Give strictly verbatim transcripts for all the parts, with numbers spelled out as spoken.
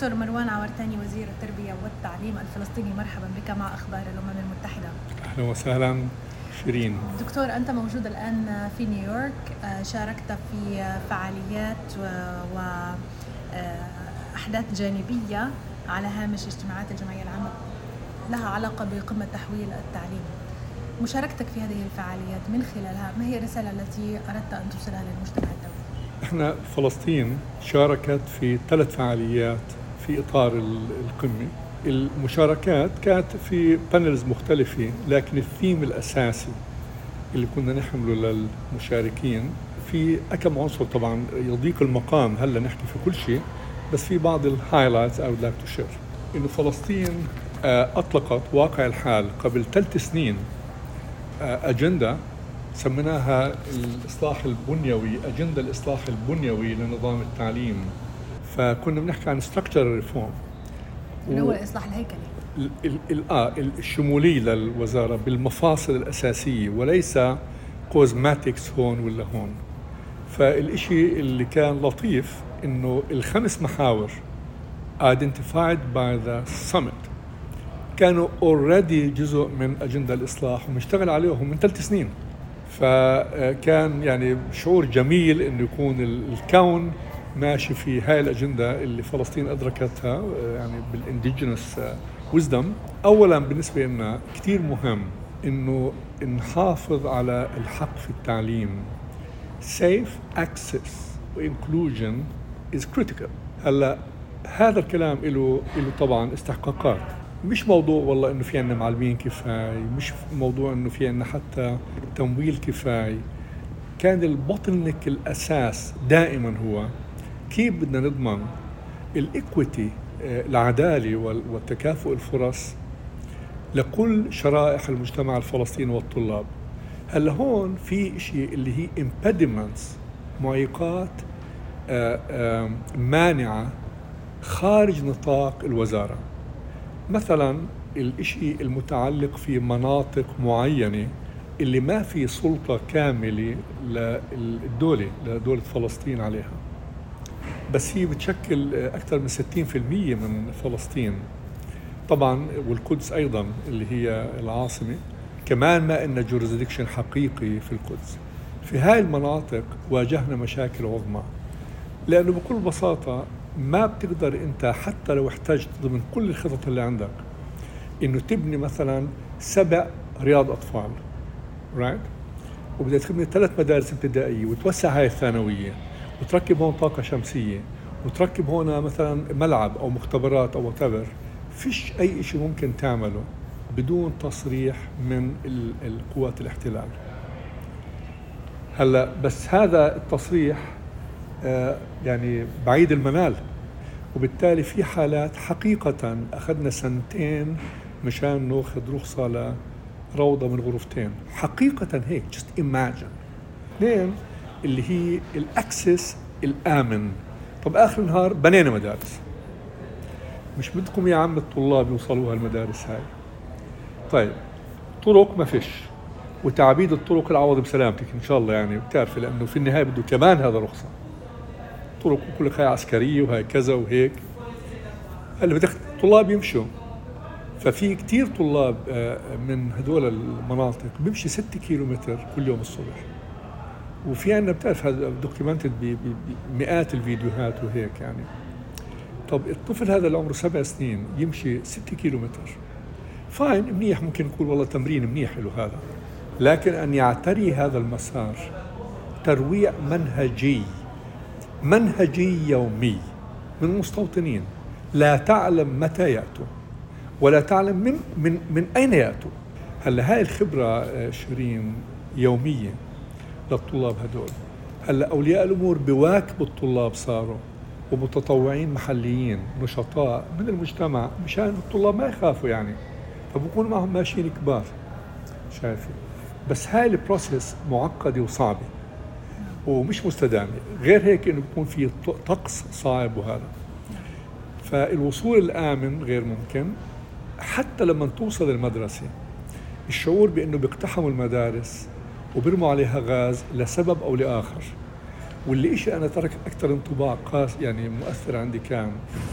دكتور مروان عورتاني وزير التربية والتعليم الفلسطيني، مرحبا بك مع أخبار الأمم المتحدة. أهلا وسهلا شيرين. دكتور، أنت موجود الآن في نيويورك، شاركت في فعاليات وأحداث جانبية على هامش اجتماعات الجمعية العامة لها علاقة بقمة تحويل التعليم. مشاركتك في هذه الفعاليات من خلالها ما هي الرسالة التي أردت أن توصلها للمجتمع الدولي؟ احنا فلسطين شاركت في ثلاث فعاليات في إطار القمة. المشاركات كانت في بانلز مختلفة، لكن الثيم الأساسي اللي كنا نحمله للمشاركين في أكم عنصر. طبعا يضيق المقام هلا نحكي في كل شيء، بس في بعض الهايلايتس I would like to share. إنه فلسطين أطلقت واقع الحال قبل ثلاث سنين أجندة سميناها الإصلاح البنيوي، أجندة الإصلاح البنيوي لنظام التعليم. فكنا بنحكي عن structural reform اللي هو الإصلاح الهيكلي آه الشمولي للوزارة بالمفاصل الأساسية، وليس كوزماتكس هون ولا هون. فالإشي اللي كان لطيف إنه الخمس محاور identified by the summit كانوا already جزء من أجندة الإصلاح ومشتغل عليهم من ثلاث سنين. فكان يعني شعور جميل إنه يكون الكون ماشي في هاي الأجندة اللي فلسطين أدركتها يعني بالإنديجينس ويزدم. أولاً بالنسبة لنا كتير مهم إنه نحافظ على الحق في التعليم. Safe access inclusion is critical. هلا هذا الكلام له له طبعاً استحقاقات. مش موضوع والله إنه في عنا معلمين كفاية، مش موضوع إنه في عنا حتى تمويل كفاية. كان البوتلنك الأساس دائماً هو كيف بدنا نضمن الإكويتي، العدالة والتكافؤ الفرص لكل شرائح المجتمع الفلسطيني والطلاب. هلا هون في شيء اللي هي impediments، معيقات مانعة خارج نطاق الوزارة. مثلا الاشي المتعلق في مناطق معينة اللي ما في سلطة كاملة للدولة لدولة فلسطين عليها، بس هي بتشكل أكثر من ستين بالمئة من فلسطين طبعا، والقدس أيضا اللي هي العاصمة كمان ما إن جوريسديكشن حقيقي في القدس. في هاي المناطق واجهنا مشاكل عظمى، لأنه بكل بساطة ما بتقدر أنت حتى لو احتجت ضمن كل الخطط اللي عندك إنه تبني مثلا سبع رياض أطفال رايت right? وبدأت تبني ثلاث مدارس ابتدائية وتوسع هاي الثانوية وتركب هون طاقة شمسية وتركب هون مثلا ملعب أو مختبرات أو whatever. فيش أي شيء ممكن تعمله بدون تصريح من القوات الاحتلال. هلا بس هذا التصريح آه يعني بعيد المنال، وبالتالي في حالات حقيقة أخذنا سنتين مشان ناخذ رخصة لروضة من غرفتين، حقيقة هيك just imagine. اثنين اللي هي الأكسس الآمن. طب آخر النهار بنينا مدارس، مش بدكم يا عم الطلاب يوصلوها المدارس هاي. طيب طرق ما فيش، وتعبيد الطرق العوض بسلامتك إن شاء الله، يعني بتعرفي لأنه في النهاية بده كمان هذا رخصة طرق وكل هاي عسكرية وهاي كذا وهيك. هلا بدك الطلاب يمشوا، ففي كتير طلاب من هدول المناطق بيمشي ستة كيلومتر كل يوم الصبح، وفي عنا بتعرف هذا دوكيومنتد بمئات الفيديوهات وهيك يعني. طب الطفل هذا اللي عمره سبع سنين يمشي ستة كيلومتر، فاين منيح، ممكن نقول والله تمرين منيح له هذا، لكن أن يعتري هذا المسار ترويع منهجي منهجي يومي من مستوطنين لا تعلم متى يأتوا ولا تعلم من من من أين يأتوا. هلا هاي الخبرة شيرين يومية للطلاب هدول. هلا أولياء الأمور بواكبوا الطلاب، صاروا ومتطوعين محليين نشطاء من المجتمع مشان الطلاب ما يخافوا يعني، فبكونوا معهم ماشيين كبار شايفين. بس هاي البروسيس معقدة وصعبة ومش مستدامة، غير هيك إنه بيكون في طقس صعب وهذا. فالوصول الآمن غير ممكن. حتى لما توصل المدرسة الشعور بأنه بيقتحموا المدارس وبرموا عليها غاز لسبب أو لآخر. واللي إشي أنا ترك أكثر انطباع قاس يعني مؤثر عندي كان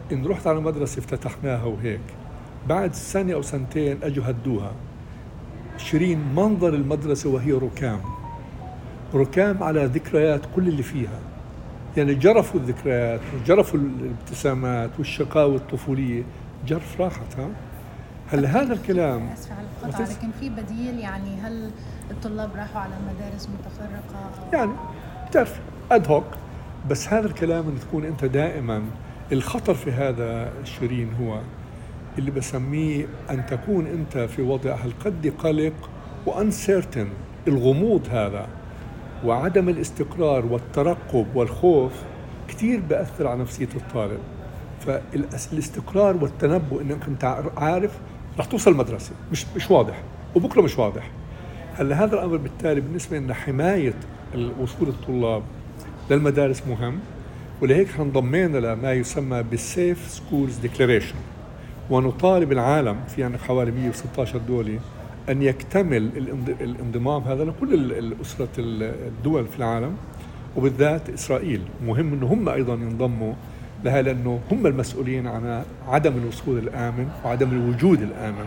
إن رحت على مدرسة افتتحناها وهيك، بعد سنة أو سنتين أجوا هدوها. شيرين منظر المدرسة وهي ركام ركام على ذكريات كل اللي فيها، يعني جرفوا الذكريات وجرفوا الابتسامات والشقاوة الطفولية، جرف راحت. ها هل هذا الكلام اسف على القطع، لكن في بديل؟ يعني هل الطلاب راحوا على مدارس متفرقة؟ يعني بتعرف اد هوك، بس هذا الكلام ان تكون انت دائما. الخطر في هذا شيرين هو اللي بسميه ان تكون انت في وضع هالقد قلق وانسيرتن، الغموض هذا وعدم الاستقرار والترقب والخوف كتير بأثر على نفسية الطالب. فالاستقرار والتنبؤ انك انت عارف رح توصل المدرسة مش مش واضح، وبكره مش واضح. هلا هذا الامر بالتالي بالنسبة لنا حماية وصول الطلاب للمدارس مهم، ولهيك انضمينا لما يسمى بالسيف سكولز ديكلاريشن، ونطالب العالم في عندنا حوالي مئة وستة عشر دولة أن يكتمل الانضمام هذا لكل الأسرة الدول في العالم، وبالذات إسرائيل. مهم أنه هم أيضا ينضموا لها، لأنه هم المسؤولين عن عدم الوصول الآمن وعدم الوجود الآمن.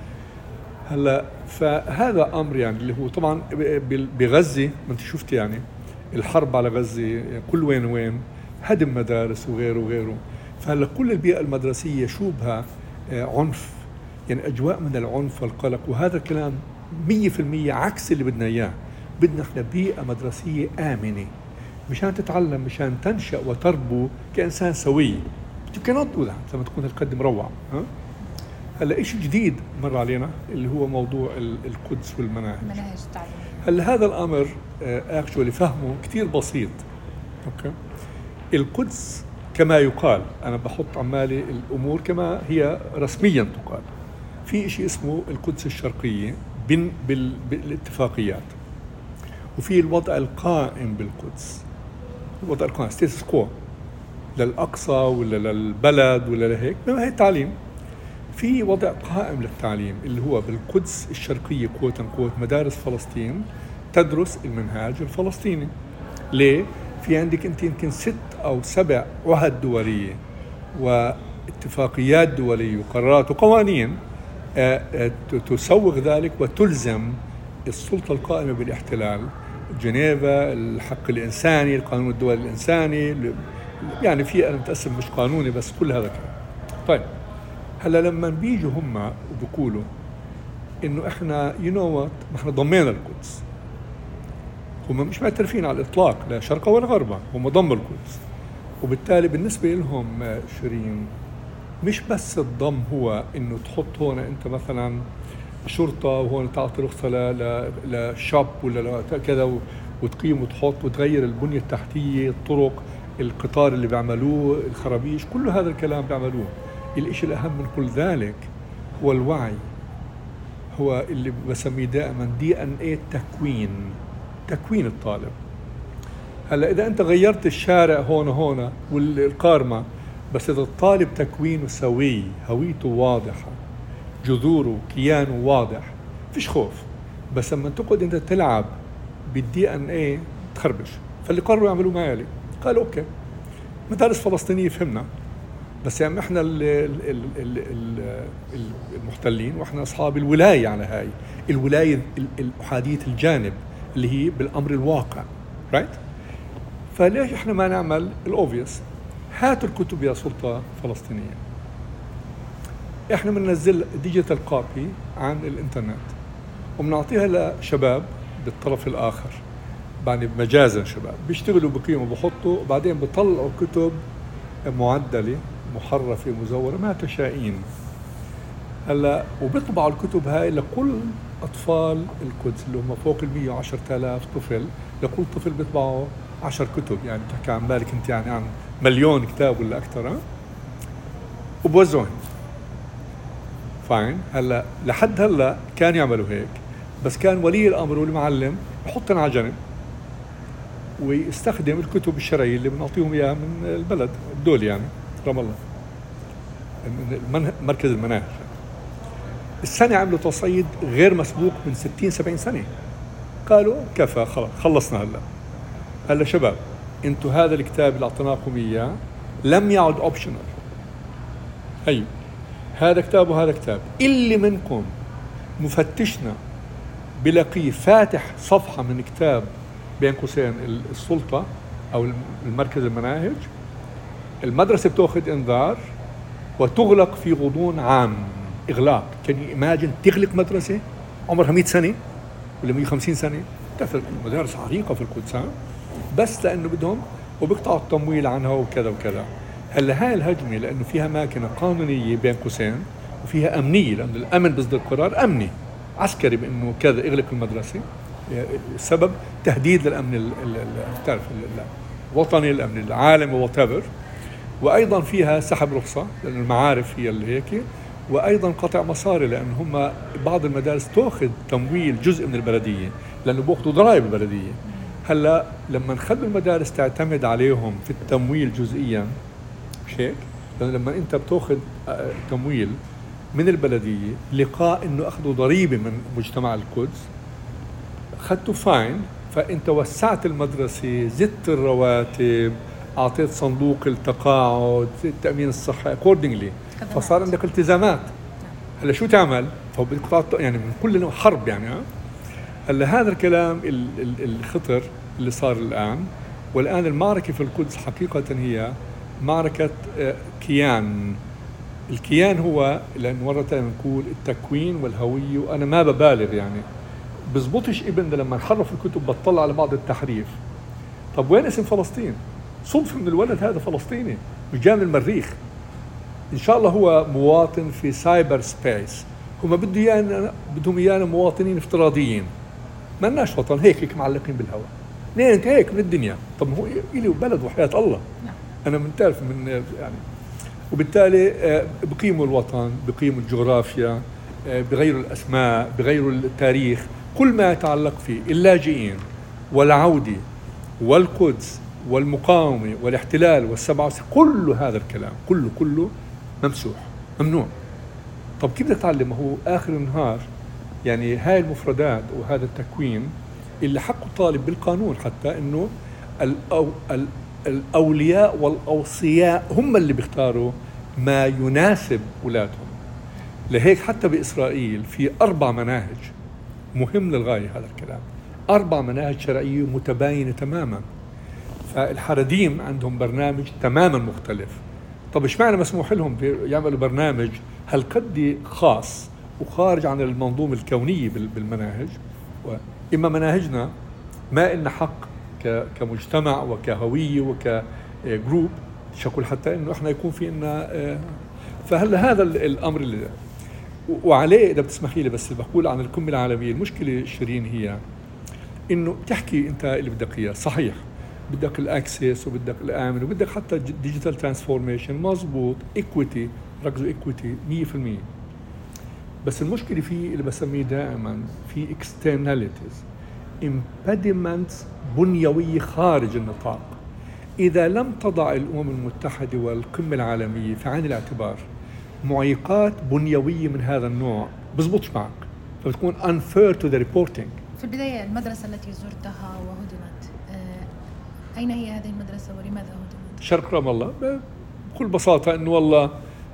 هلا فهذا أمر يعني اللي هو طبعا بغزة، ما أنت شفت يعني الحرب على غزة كل وين وين، هدم مدارس وغيره وغيره. فهلا كل البيئة المدرسية شوبها عنف، يعني أجواء من العنف والقلق، وهذا الكلام مية في المية عكس اللي بدنا إياه. بدنا إحنا بيئة مدرسية آمنة مشان تتعلم، مشان تنشأ وتربو كإنسان سوي. You cannot do that لما تكون هالقد مروع. ها هلا إشي جديد مر علينا اللي هو موضوع القدس والمناهج، مناهج التعليم. هلا هذا الأمر اكشولي فهمه كتير بسيط. أوكي، القدس كما يقال، أنا بحط عمالي الأمور كما هي رسميا تقال، في شيء اسمه القدس الشرقية بالاتفاقيات، وفي الوضع القائم بالقدس، الوضع القائم ستيتس كو للأقصى ولا للبلد ولا لهيك، ما هي التعليم. في وضع قائم للتعليم اللي هو بالقدس الشرقية كوت انكوت، مدارس فلسطين تدرس المنهاج الفلسطيني. ليه؟ في عندك انت يمكن ست او سبع عهد دولية واتفاقيات دولية وقرارات وقوانين تسوغ ذلك وتلزم السلطة القائمة بالاحتلال، جنيفا، الحق الإنساني، القانون الدولي الإنساني، يعني في أنا متأسف مش قانوني بس كل هذا الكلام. طيب هلا لما بيجوا هم وبيقولوا إنه إحنا يو نو وات إحنا ضمينا القدس، هم مش معترفين على الإطلاق لا شرقا ولا غربا، هم ضموا القدس. وبالتالي بالنسبة لهم شيرين مش بس الضم هو إنه تحط هون أنت مثلا شرطة وهون تعطي رخصة لشاب ولا كذا وتقيم وتحط وتغير البنية التحتية، الطرق، القطار اللي بيعملوه، الخرابيش، كل هذا الكلام بيعملوه. الإشي الأهم من كل ذلك هو الوعي، هو اللي بسميه دائما دي ان ايه تكوين تكوين الطالب. هلا إذا أنت غيرت الشارع هون هون والقارمة، بس إذا الطالب تكوينه سوي، هويته واضحة، جذوره كيانه واضح، فيش خوف. بس لما تقعد أنت تلعب بالدي ان ايه تخربش. فاللي قرروا يعملوا معي قالوا أوكي مدارس فلسطينية فهمنا، بس يعني إحنا ال ال ال ال المحتلين وإحنا أصحاب الولاية على هاي الولاية الأحادية الجانب اللي هي بالأمر الواقع، رايت؟ فليش إحنا ما نعمل الأوفيس؟ هاتوا الكتب يا سلطة فلسطينية، إحنا بننزل ديجيتال كوبي عن الإنترنت وبنعطيها لشباب بالطرف الآخر، يعني مجازا شباب بيشتغلوا بقيموا بحطوا، وبعدين بيطلعوا كتب معدلة محرفة مزورة ما تشائين. هلا وبيطبعوا الكتب هاي لكل أطفال القدس اللي هم فوق ال مئة وعشرة آلاف طفل، لكل طفل بيطبعوا عشر كتب، يعني بتحكي عن بالك انت يعني عن مليون كتاب ولا أكثر، وبوزعوهم. فاين. هلا لحد هلا كان يعملوا هيك، بس كان ولي الأمر والمعلم يحطن على جنب ويستخدم الكتب الشرعية اللي بنعطيهم إياها من البلد الدول، يعني رام الله من مركز المناهج. السنة عملوا تصعيد غير مسبوق من ستين سبعين سنة، قالوا كفى خلاص خلصنا. هلا هلا شباب انتوا هذا الكتاب اللي اعطيناكم اياه لم يعد اوبشنال، هي هذا كتاب وهذا كتاب. اللي منكم مفتشنا بلاقيه فاتح صفحة من كتاب بين قوسين السلطة أو المركز المناهج، المدرسة بتأخذ إنذار وتغلق في غضون عام. إغلاق، كان يماجن تغلق مدرسة عمرها مئة سنة ولا مئة وخمسين سنة، تعرف المدارس عريقة في القدس، بس لأنه بدهم وبيقطعوا التمويل عنها وكذا وكذا. هلا هاي الهجمة لأنه فيها ماكنة قانونية بين قوسين وفيها أمنية، لأنه الأمن بيصدر قرار أمني عسكري بأنه كذا اغلق المدرسة، السبب تهديد للأمن الوطني، الأمن العالمي whatever. وأيضا فيها سحب رخصة لأن المعارف هي اللي هيك، وأيضا قطع مصاري لأن هم بعض المدارس تأخذ تمويل جزء من البلدية لأنه بأخذوا ضرائب البلدية. هلا لما نخلوا المدارس تعتمد عليهم في التمويل جزئيا مش هيك، لأن لما أنت بتأخذ تمويل من البلدية لقاء إنه أخذوا ضريبة من مجتمع القدس، أخذتوا فاين، فأنت وسعت المدرسة، زدت الرواتب، أعطيت صندوق التقاعد، التأمين الصحي accordingly، فصار عندك التزامات. هلا شو تعمل؟ فبدك يعني من كل حرب يعني. ها هلا هذا الكلام الخطر اللي صار الآن. والآن المعركة في القدس حقيقة هي معركة كيان. الكيان هو لأن مرة ثانية نقول التكوين والهوية، وأنا ما ببالغ يعني بزبطش ابن لما نحرف الكتب بتطلع على بعض التحريف. طب وين اسم فلسطين؟ صدفة من الولد هذا فلسطيني مش جاي من المريخ، إن شاء الله هو مواطن في سايبر سبيس. هم بدهم إيانا بدهم إيانا مواطنين افتراضيين، ما لناش وطن، هيك هيك معلقين بالهواء. ليه أنت هيك من الدنيا؟ طب هو إلي بلد وحياة الله، أنا من تعرف من يعني. وبالتالي بقيموا الوطن، بقيموا الجغرافيا، بغيروا الأسماء، بغيروا التاريخ، كل ما يتعلق فيه اللاجئين والعودة والقدس والمقاومة والاحتلال والسبعة وستين، كل هذا الكلام كله كله ممسوح ممنوع. طب كيف بدك تعلم؟ هو آخر النهار يعني هاي المفردات وهذا التكوين اللي حقه الطالب بالقانون حتى إنه الأو الأولياء والأوصياء هم اللي بيختاروا ما يناسب أولادهم. لهيك حتى بإسرائيل في أربع مناهج، مهم للغاية هذا الكلام، أربع مناهج شرعية متباينة تماما. فالحراديم عندهم برنامج تماما مختلف. طب إيش معنى مسموح لهم يعملوا برنامج هالقد خاص وخارج عن المنظومة الكونية بالمناهج؟ إما مناهجنا ما إلنا حق كمجتمع وكهوية وكجروب شكل حتى إنه إحنا يكون في إننا. فهلا هذا الأمر اللي وعليه إذا بتسمحي لي بس بقول عن القمة العالمية. المشكلة شيرين هي إنه تحكي أنت اللي بدك إياه صحيح، بدك الأكسس وبدك الآمن وبدك حتى ديجيتال ترانسفورميشن مظبوط، إكويتي، ركزوا إكويتي مية في المية. بس المشكلة فيه اللي بسميه دائما في externalities، impediments بنيوية خارج النطاق. إذا لم تضع الأمم المتحدة والقمة العالمية في عين الاعتبار معيقات بنيوية من هذا النوع بزبطش معك، فبتكون unfair to the reporting. في البداية المدرسة التي زرتها وهدمت، أين هي هذه المدرسة ولماذا هدمت؟ شرق رام الله. بكل بساطة إنه والله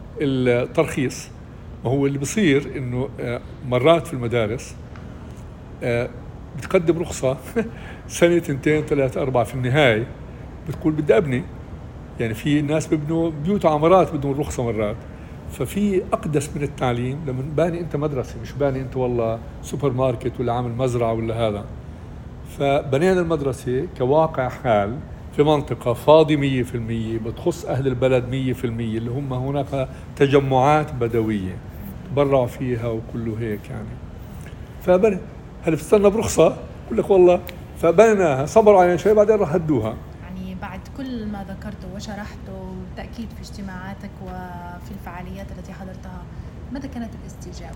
الترخيص وهو اللي بصير إنه مرات في المدارس بتقدم رخصة سنة تنتين ثلاثة أربعة، في النهاية بتقول بدي أبني. يعني في ناس بيبنوا بيوت عمارات بدون رخصة مرات. ففي أقدس من التعليم لما باني أنت مدرسة، مش باني أنت والله سوبر ماركت ولا عامل مزرعة ولا هذا. فبنينا المدرسة كواقع حال في منطقة فاضي مية في المية بتخص أهل البلد مية في المية اللي هم هناك تجمعات بدوية تبرعوا فيها وكله هيك يعني. فبني هل بتستنى برخصة؟ بقول لك والله فبنيناها، صبروا علينا شوي بعدين راح هدوها. يعني بعد كل ما ذكرته وشرحته بالتأكيد في اجتماعاتك وفي الفعاليات التي حضرتها، ماذا كانت الاستجابة؟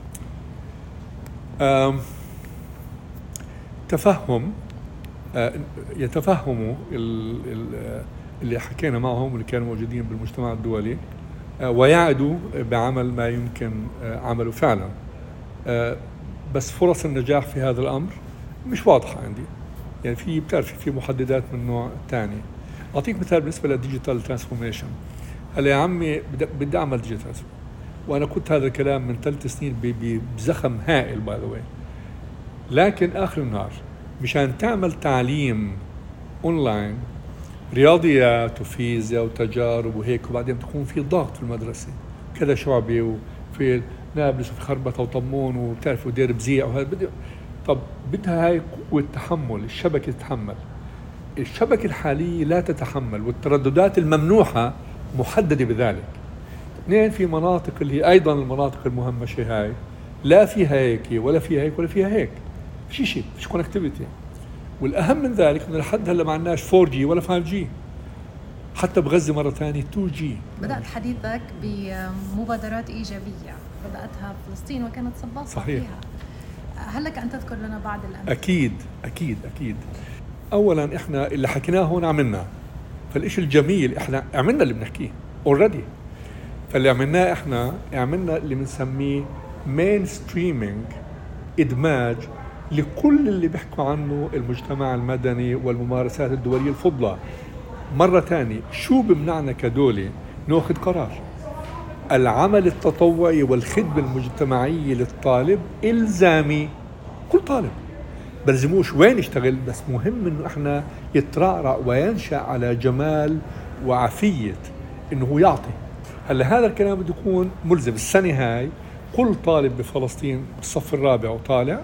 تفهم، يتفهموا اللي حكينا معهم واللي كانوا موجودين بالمجتمع الدولي ويعدوا بعمل ما يمكن عمله فعلا. بس فرص النجاح في هذا الأمر مش واضحة عندي. يعني في بتعرف في محددات من نوع تاني. أعطيك مثال بالنسبة للديجيتال ترانسفورميشن. هلا يا عمي بدي بدي اعمل ديجيتال، وانا كنت هذا الكلام من ثلاث سنين بزخم هائل باي ذا واي. لكن اخر النهار مشان تعمل تعليم اونلاين رياضيات وفيزياء وتجارب وهيك، وبعدين تكون في ضغط في المدرسه كذا شعبي وفي نابلس وفي خربطه وطمون وبتعرفوا دير بزيع وهذا بدي. طب بدها هاي قوه تحمل، الشبكه تتحمل. الشبكه الحاليه لا تتحمل، والترددات الممنوحه محدده بذلك. اثنين، في مناطق اللي هي ايضا المناطق المهمشه هاي لا فيها هيك ولا فيها هيك ولا فيها هيك، في شيء فيش كونكتيفيتي. والاهم من ذلك انه لحد هلا ما عندناش فور جي ولا فايف جي، حتى بغزه مره ثانيه تو جي. بدات حديثك بمبادرات ايجابيه بداتها فلسطين وكانت صباصه صحيح فيها. هل لك ان تذكر لنا بعض الامثله؟ اكيد اكيد اكيد. اولا احنا اللي حكيناه هون عملناه، فالشيء الجميل احنا عملنا اللي بنحكيه اوريدي. فاللي عملناه احنا عملنا اللي بنسميه مين ستريمينج، ادماج لكل اللي بيحكوا عنه المجتمع المدني والممارسات الدوليه الفضلى. مره ثانيه شو بمنعنا كدوله ناخذ قرار؟ العمل التطوعي والخدمه المجتمعيه للطالب الزامي، كل طالب بلزموش وين يشتغل، بس مهم انه احنا يترعرع وينشأ على جمال وعفيه انه هو يعطي. هلا هذا الكلام بده يكون ملزم. السنه هاي كل طالب بفلسطين بالصف الرابع وطالع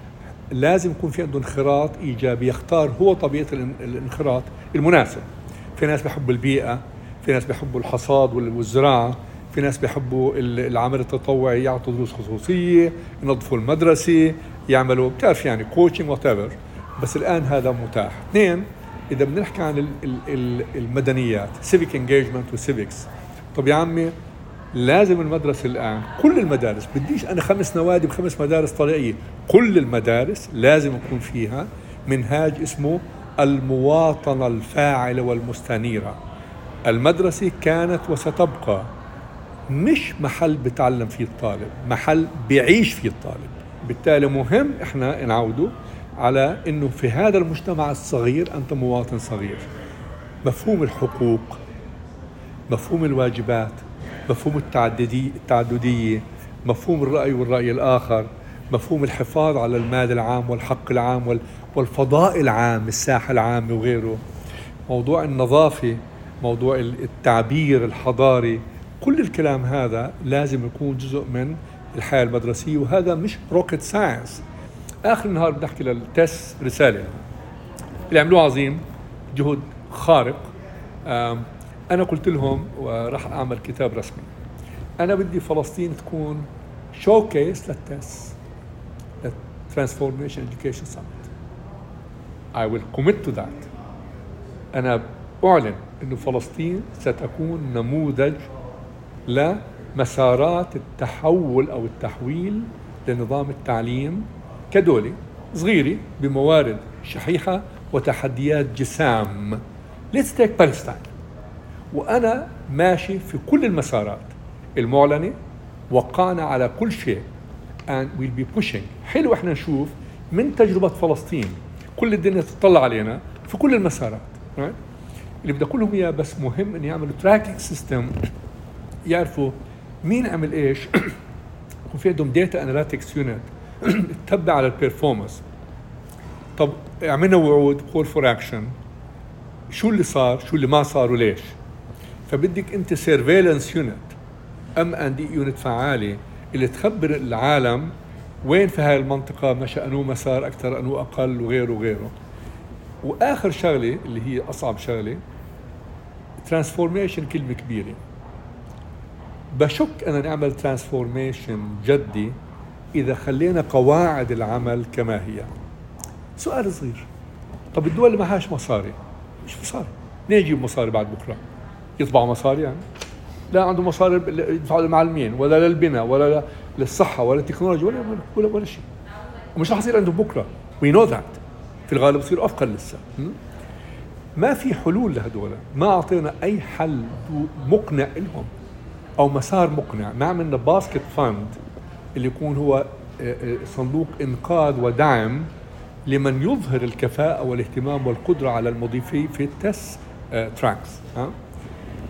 لازم يكون في عنده انخراط ايجابي، يختار هو طبيعه الانخراط المناسب. في ناس بيحبوا البيئه، في ناس بيحبوا الحصاد والزراعه، في ناس بيحبوا العمل التطوعي، يعطوا دروس خصوصيه، ينظفوا المدرسه، يعملوا بتعرف يعني كوتشنج وات ايفر. بس الان هذا متاح. اثنين، اذا بدنا نحكي عن المدنيات سيفيك انجيجمنت وسيفيكس، طب يا عمي لازم المدرسه الان كل المدارس، بديش انا خمس نوادي بخمس مدارس طليعيه، كل المدارس لازم يكون فيها منهاج اسمه المواطنه الفاعله والمستنيره. المدرسه كانت وستبقى مش محل بتعلم فيه الطالب، محل بيعيش فيه الطالب. بالتالي مهم احنا نعوده على انه في هذا المجتمع الصغير انت مواطن صغير. مفهوم الحقوق، مفهوم الواجبات، مفهوم التعددية التعددية، مفهوم الرأي والرأي الآخر، مفهوم الحفاظ على المال العام والحق العام والفضاء العام، الساحة العامة وغيره، موضوع النظافة، موضوع التعبير الحضاري، كل الكلام هذا لازم يكون جزء من الحياة المدرسية. وهذا مش روكت ساينس. آخر النهار بدي أحكي للتس رسالة اللي عملوه عظيم، جهد خارق. أنا قلت لهم وراح أعمل كتاب رسمي، أنا بدي فلسطين تكون شوكيس للتس Transformation Education Summit. I will commit to that. أنا أعلن أن فلسطين ستكون نموذج لمسارات التحول أو التحويل لنظام التعليم كدولة صغيرة بموارد شحيحة وتحديات جسام. Let's take Palestine. وأنا ماشي في كل المسارات المعلنة، وقعنا على كل شيء and we'll be pushing. حلو احنا نشوف من تجربة فلسطين كل الدنيا تطلع علينا في كل المسارات. right? اللي بدي أقولهم إياه بس مهم إن يعملوا tracking system، يعرفوا مين عمل إيش، يكون في عندهم data analytics unit تتبع على البرفورمانس. طب عملنا وعود call for action، شو اللي صار، شو اللي ما صار وليش. فبدك انت سيرفيلانس يونت، ام ان دي يونت فعاله اللي تخبر العالم وين في هاي المنطقه مشى انو مسار اكثر انو اقل وغيره وغيره. واخر شغله اللي هي اصعب شغله، ترانسفورميشن، كلمه كبيره. بشك أن نعمل ترانسفورميشن جدي إذا خلينا قواعد العمل كما هي. سؤال صغير، طب الدول اللي معهاش مصاري، مش مصاري، منين يجيب مصاري بعد بكرة؟ يطبعوا مصاري يعني؟ لا عنده مصاري يدفعوا للمعلمين ولا للبناء ولا للصحة ولا التكنولوجيا ولا ولا ولا شيء، ومش رح يصير عندهم بكرة. we know that. في الغالب يصير أفقر لسه. ما في حلول لهدول، ما أعطينا أي حل مقنع لهم أو مسار مقنع. ما عملنا باسكت فاند اللي يكون هو صندوق إنقاذ ودعم لمن يظهر الكفاءة والاهتمام والقدرة على المضي في التست تراكس.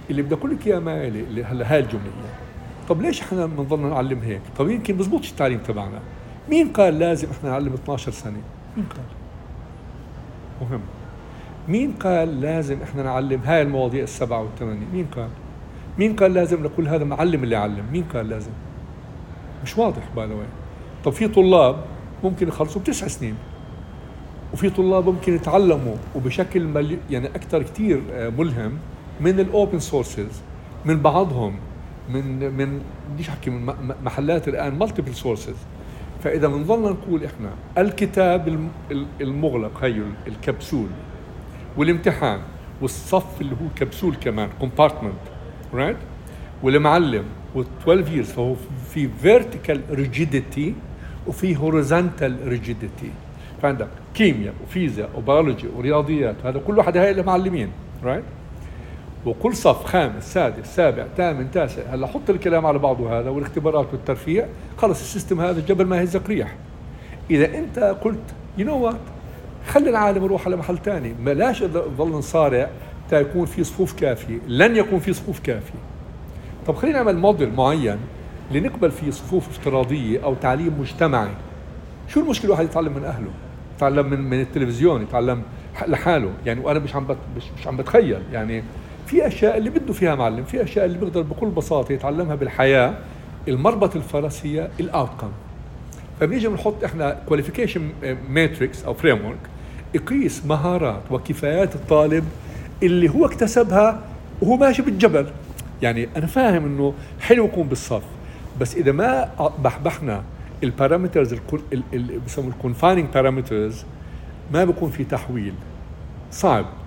اللي بدي اقول لك اياه مالي اللي هلا هاي الجمله. طب ليش احنا بنضلنا نعلم هيك؟ طب يمكن بزبطش التعليم تبعنا. مين قال لازم احنا نعلم اثنعش سنه؟ مين قال؟ مهم. مين قال لازم احنا نعلم هاي المواضيع السبعه والثمانيه؟ مين قال؟ مين قال لازم نقول هذا معلم اللي يعلم؟ مين قال لازم؟ مش واضح باي. طب في طلاب ممكن يخلصوا بتسع سنين، وفي طلاب ممكن يتعلموا وبشكل ملي يعني اكثر كثير ملهم من الاوبن سورسز، من بعضهم من من بديش احكي من محلات الان مالتيبل سورسز. فاذا بنضلنا نقول احنا الكتاب المغلق هي الكبسول والامتحان والصف اللي هو كبسول كمان كومبارتمنت رايت والمعلم وال12 years، فهو في vertical rigidity وفي horizontal rigidity. فعندك كيمياء وفيزياء وبيولوجي ورياضيات، هذا كل واحد هاي المعلمين رايت، وكل صف خامس سادس سابع ثامن تاسع. هلا حط الكلام على بعضه هذا والاختبارات والترفيع، خلص السيستم هذا جبل ما هزك ريح. اذا انت قلت يو نو وات خلي العالم يروح على محل ثاني، بلاش نضل نصارع تا يكون في صفوف كافيه، لن يكون في صفوف كافيه. طب خلينا نعمل موديل معين لنقبل فيه صفوف افتراضيه او تعليم مجتمعي. شو المشكله الواحد يتعلم من اهله، يتعلم من من التلفزيون، يتعلم لحاله يعني. وانا مش عم مش, مش عم بتخيل يعني في اشياء اللي بده فيها معلم، في اشياء اللي بيقدر بكل بساطه يتعلمها بالحياه. المربط الفرس هي الاوتكم. فبنيجي بنحط احنا كواليفيكيشن ماتريكس او فريم ورك يقيس مهارات وكفايات الطالب اللي هو اكتسبها وهو ماشي بالجبل. يعني انا فاهم انه حلو يكون بالصف، بس اذا ما بحبحنا البارامترز اللي بسموه الكونفايننج بارامترز ما بيكون في تحويل. صعب